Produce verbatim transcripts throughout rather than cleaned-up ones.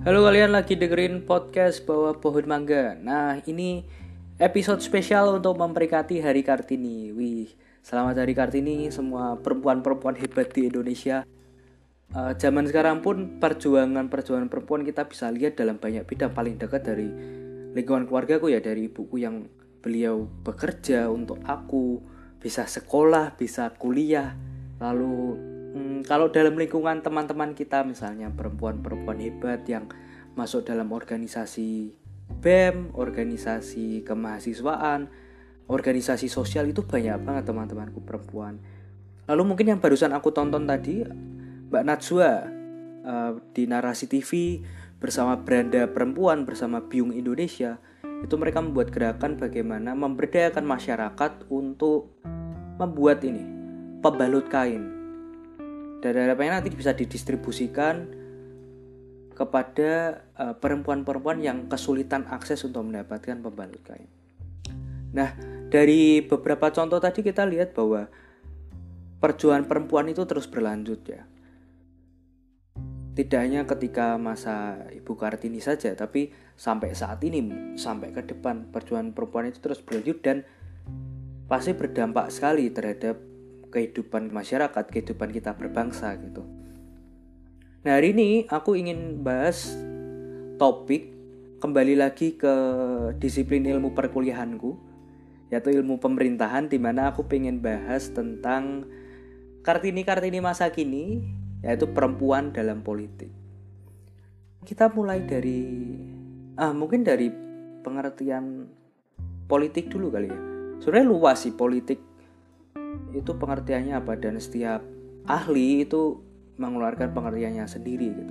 Halo, kalian lagi dengerin podcast Bawah Pohon Mangga. Nah, ini episode spesial untuk memperingati Hari Kartini. Wih, selamat Hari Kartini semua perempuan-perempuan hebat di Indonesia. Uh, zaman sekarang pun perjuangan-perjuangan perempuan kita bisa lihat dalam banyak bidang. Paling dekat dari lingkungan keluargaku ya, dari ibuku yang beliau bekerja untuk aku, bisa sekolah, bisa kuliah. Lalu hmm, kalau dalam lingkungan teman-teman kita misalnya perempuan-perempuan hebat yang masuk dalam organisasi B E M, organisasi kemahasiswaan, organisasi sosial, itu banyak banget teman-temanku perempuan. Lalu mungkin yang barusan aku tonton tadi, Mbak Najwa uh, di Narasi T V bersama Beranda Perempuan, bersama Biung Indonesia, itu mereka membuat gerakan bagaimana memberdayakan masyarakat untuk membuat ini pembalut kain. Dan harapannya nanti bisa didistribusikan kepada uh, perempuan-perempuan yang kesulitan akses untuk mendapatkan pembalut kain. Nah, dari beberapa contoh tadi kita lihat bahwa perjuangan perempuan itu terus berlanjut ya. Tidak hanya ketika masa Ibu Kartini saja, tapi sampai saat ini, sampai ke depan perjuangan perempuan itu terus berlanjut dan pasti berdampak sekali terhadap kehidupan masyarakat, kehidupan kita berbangsa gitu. Nah, hari ini aku ingin bahas topik kembali lagi ke disiplin ilmu perkuliahanku, yaitu ilmu pemerintahan, di mana aku pengen bahas tentang Kartini-Kartini masa kini, yaitu perempuan dalam politik. Kita mulai dari ah mungkin dari pengertian politik dulu kali ya. Sebenarnya luas sih politik itu pengertiannya apa, dan setiap ahli itu mengeluarkan pengertiannya sendiri gitu.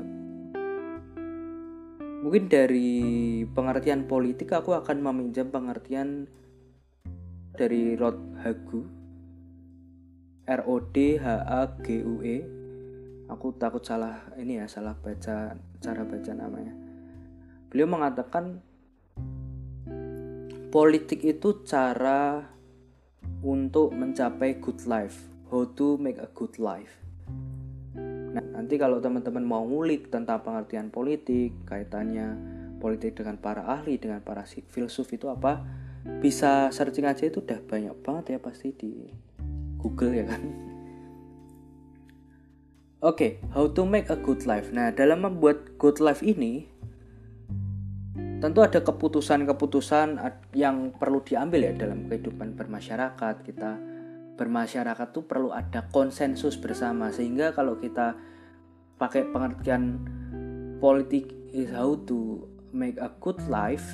Mungkin dari pengertian politik aku akan meminjam pengertian dari Rod Hague, R O D H A G U E. Aku takut salah ini ya, salah baca cara baca namanya. Beliau mengatakan politik itu cara untuk mencapai good life, how to make a good life. Nah, nanti kalau teman-teman mau ngulik tentang pengertian politik, kaitannya politik dengan para ahli, dengan para filsuf itu apa, bisa searching aja, itu udah banyak banget ya pasti di Google ya kan. Oke, okay, how to make a good life. Nah, dalam membuat good life ini tentu ada keputusan-keputusan yang perlu diambil ya dalam kehidupan bermasyarakat. Kita bermasyarakat tuh perlu ada konsensus bersama, sehingga kalau kita pakai pengertian politik is how to make a good life,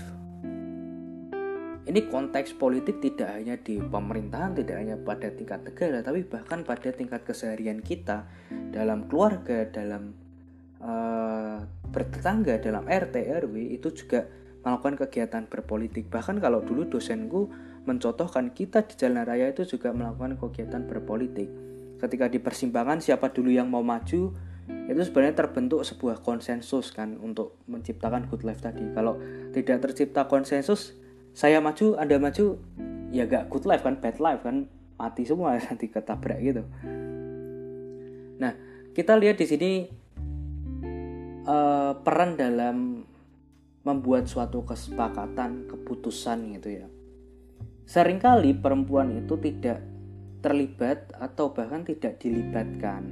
ini konteks politik tidak hanya di pemerintahan, tidak hanya pada tingkat negara, tapi bahkan pada tingkat keseharian kita dalam keluarga, dalam uh, bertetangga, dalam R T R W, itu juga melakukan kegiatan berpolitik. Bahkan kalau dulu dosenku mencontohkan kita di jalan raya itu juga melakukan kegiatan berpolitik. Ketika di persimpangan siapa dulu yang mau maju, itu sebenarnya terbentuk sebuah konsensus kan untuk menciptakan good life tadi. Kalau tidak tercipta konsensus, saya maju, Anda maju, ya gak good life kan, bad life kan, mati semua nanti ketabrak gitu. Nah, kita lihat di sini uh, peran dalam membuat suatu kesepakatan, keputusan gitu ya. Seringkali perempuan itu tidak terlibat atau bahkan tidak dilibatkan.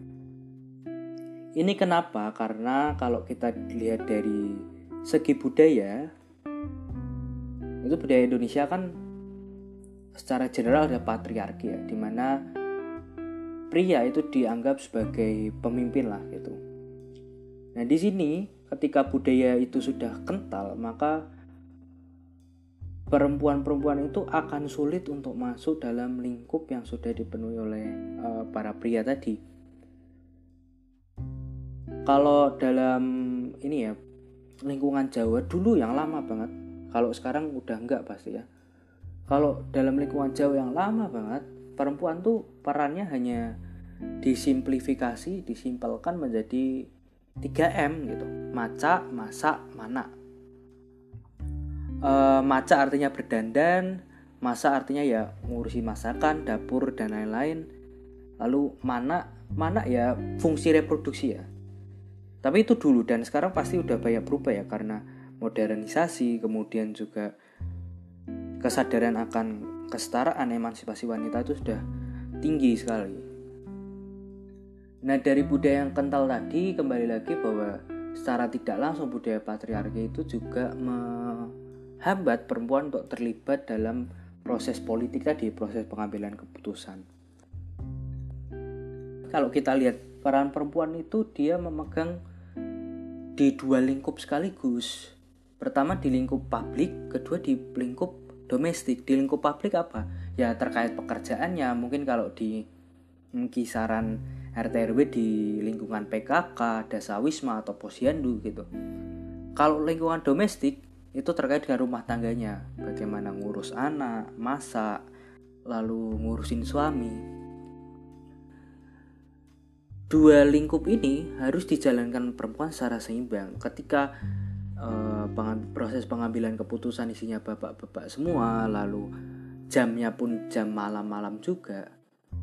Ini kenapa? Karena kalau kita lihat dari segi budaya, itu budaya Indonesia kan secara general ada patriarki ya, dimana pria itu dianggap sebagai pemimpin lah gitu. Nah, di sini ketika budaya itu sudah kental, maka perempuan-perempuan itu akan sulit untuk masuk dalam lingkup yang sudah dipenuhi oleh uh, para pria tadi. Kalau dalam ini ya, lingkungan Jawa dulu yang lama banget, kalau sekarang udah enggak pasti ya. Kalau dalam lingkungan Jawa yang lama banget, perempuan tuh perannya hanya disimplifikasi, disimpelkan menjadi tiga M gitu. Maca, masak, mana. E, maca artinya berdandan, masak artinya ya ngurusi masakan, dapur dan lain-lain. Lalu mana, mana ya fungsi reproduksi ya. Tapi itu dulu, dan sekarang pasti udah banyak berubah ya, karena modernisasi, kemudian juga kesadaran akan kesetaraan, emansipasi wanita itu sudah tinggi sekali. Nah, dari budaya yang kental tadi, kembali lagi bahwa secara tidak langsung budaya patriarki itu juga menghambat perempuan untuk terlibat dalam proses politik tadi, proses pengambilan keputusan. Kalau kita lihat peran perempuan itu, dia memegang di dua lingkup sekaligus. Pertama di lingkup publik, kedua di lingkup domestik. Di lingkup publik apa? Ya terkait pekerjaannya, mungkin kalau di kisaran R T R W di lingkungan P K K, Dasawisma atau Posyandu gitu. Kalau lingkungan domestik itu terkait dengan rumah tangganya, bagaimana ngurus anak, masak, lalu ngurusin suami. Dua lingkup ini harus dijalankan perempuan secara seimbang. Ketika uh, pengam- proses pengambilan keputusan isinya bapak-bapak semua, lalu jamnya pun jam malam-malam juga.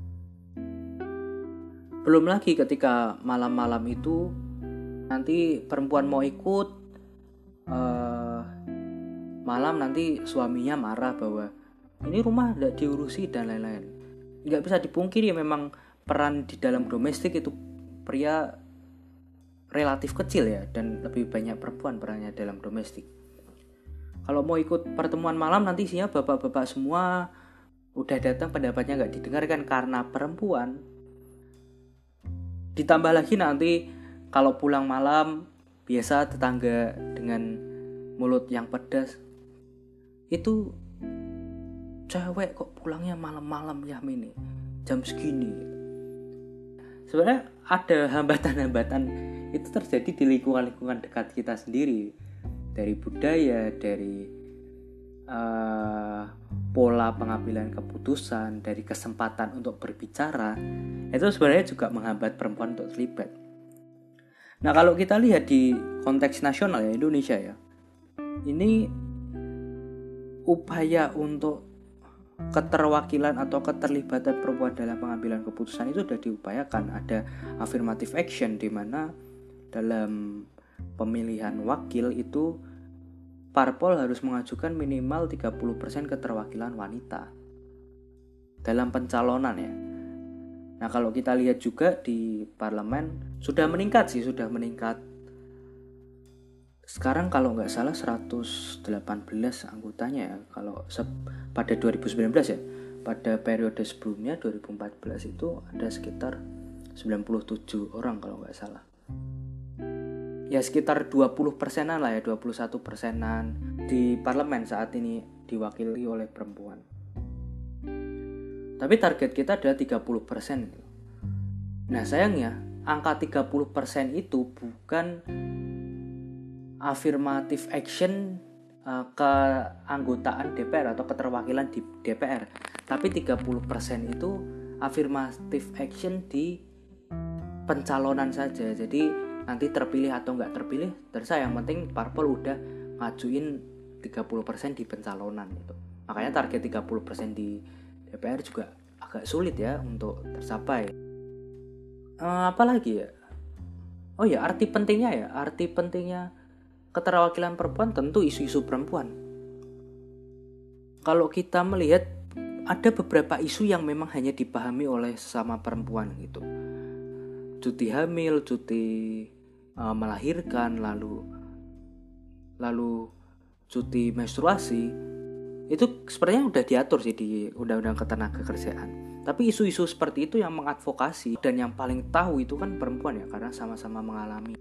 Belum lagi ketika malam-malam itu nanti perempuan mau ikut, uh, malam nanti suaminya marah bahwa ini rumah tidak diurusi dan lain-lain. Nggak bisa dipungkiri memang peran di dalam domestik itu pria relatif kecil ya, dan lebih banyak perempuan perannya dalam domestik. Kalau mau ikut pertemuan malam nanti isinya bapak-bapak semua, udah datang pendapatnya nggak didengarkan karena perempuan. Ditambah lagi nanti kalau pulang malam, biasa tetangga dengan mulut yang pedas, itu cewek kok pulangnya malam-malam ya Mini, jam segini. Sebenarnya ada hambatan-hambatan itu terjadi di lingkungan-lingkungan dekat kita sendiri, dari budaya, dari uh, pola pengambilan keputusan, dari kesempatan untuk berbicara, itu sebenarnya juga menghambat perempuan untuk terlibat. Nah, kalau kita lihat di konteks nasional ya, Indonesia ya, ini upaya untuk keterwakilan atau keterlibatan perempuan dalam pengambilan keputusan itu sudah diupayakan. Ada affirmative action di mana dalam pemilihan wakil itu parpol harus mengajukan minimal tiga puluh persen keterwakilan wanita dalam pencalonan ya. Nah, kalau kita lihat juga di parlemen sudah meningkat sih, sudah meningkat. Sekarang kalau nggak salah seratus delapan belas anggotanya ya. Kalau se- pada dua ribu sembilan belas ya, pada periode sebelumnya dua ribu empat belas itu ada sekitar sembilan puluh tujuh orang kalau nggak salah. Ya sekitar dua puluh persenan lah ya, dua puluh satu persenan di parlemen saat ini diwakili oleh perempuan. Tapi target kita adalah tiga puluh persen. Nah sayangnya angka tiga puluh persen itu bukan affirmative action uh, keanggotaan D P R atau keterwakilan di D P R, tapi tiga puluh persen itu affirmative action di pencalonan saja. Jadi nanti terpilih atau nggak terpilih terserah, yang penting parpol udah ngajuin tiga puluh persen di pencalonan gitu. Makanya target tiga puluh persen di D P R juga agak sulit ya untuk tercapai. uh, Apalagi ya, oh ya arti pentingnya ya arti pentingnya keterwakilan perempuan tentu isu-isu perempuan. Kalau kita melihat ada beberapa isu yang memang hanya dipahami oleh sesama perempuan gitu. Cuti hamil, cuti uh, melahirkan, lalu lalu cuti menstruasi itu sepertinya udah diatur sih di Undang-Undang Ketenagakerjaan. Tapi isu-isu seperti itu yang mengadvokasi dan yang paling tahu itu kan perempuan ya, karena sama-sama mengalami.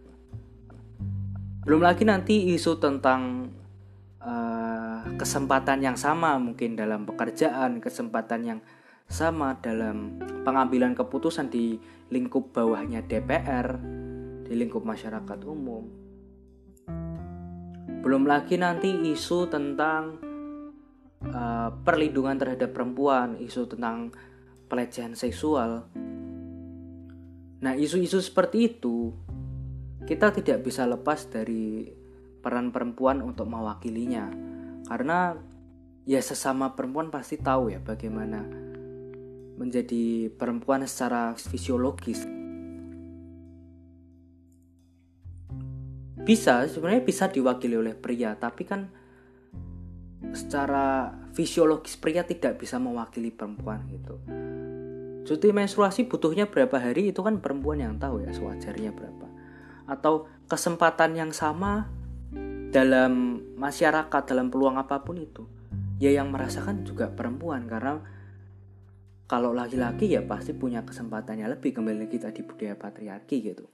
Belum lagi nanti isu tentang uh, kesempatan yang sama mungkin dalam pekerjaan, kesempatan yang sama dalam pengambilan keputusan di lingkup bawahnya D P R, di lingkup masyarakat umum. Belum lagi nanti isu tentang uh, perlindungan terhadap perempuan, isu tentang pelecehan seksual. Nah, isu-isu seperti itu kita tidak bisa lepas dari peran perempuan untuk mewakilinya. Karena ya sesama perempuan pasti tahu ya bagaimana menjadi perempuan secara fisiologis. bisa sebenarnya bisa diwakili oleh pria, tapi kan secara fisiologis pria tidak bisa mewakili perempuan gitu. Cuti menstruasi butuhnya berapa hari itu kan perempuan yang tahu ya, sewajarnya berapa. Atau kesempatan yang sama dalam masyarakat, dalam peluang apapun itu, ya yang merasakan juga perempuan. Karena kalau laki-laki ya pasti punya kesempatannya lebih, kembali kita di budaya patriarki gitu.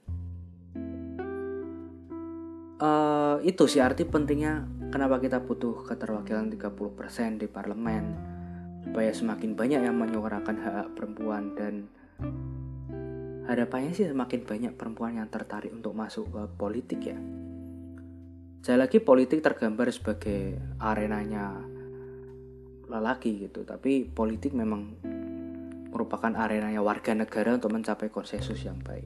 Uh, itu sih arti pentingnya kenapa kita butuh keterwakilan tiga puluh persen di parlemen, supaya semakin banyak yang menyuarakan hak-hak perempuan, dan harapannya sih semakin banyak perempuan yang tertarik untuk masuk ke politik ya. Saya lagi politik tergambar sebagai arenanya lelaki gitu, tapi politik memang merupakan arenanya warga negara untuk mencapai konsensus yang baik.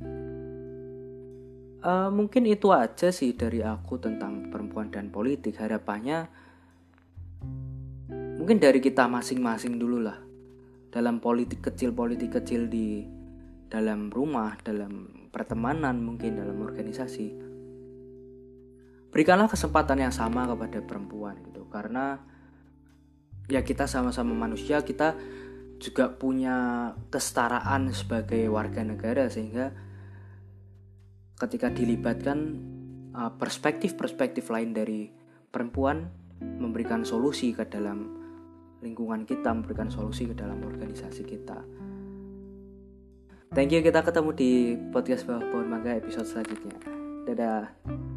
Uh, mungkin itu aja sih dari aku tentang perempuan dan politik. Harapannya mungkin dari kita masing-masing dulu lah, dalam politik kecil politik kecil di dalam rumah, dalam pertemanan, mungkin dalam organisasi, berikanlah kesempatan yang sama kepada perempuan gitu. Karena ya kita sama-sama manusia, kita juga punya kesetaraan sebagai warga negara, sehingga ketika dilibatkan uh, perspektif-perspektif lain dari perempuan, memberikan solusi ke dalam lingkungan kita, memberikan solusi ke dalam organisasi kita. Thank you, kita ketemu di podcast Bawah Pohon Mangga episode selanjutnya. Dadah.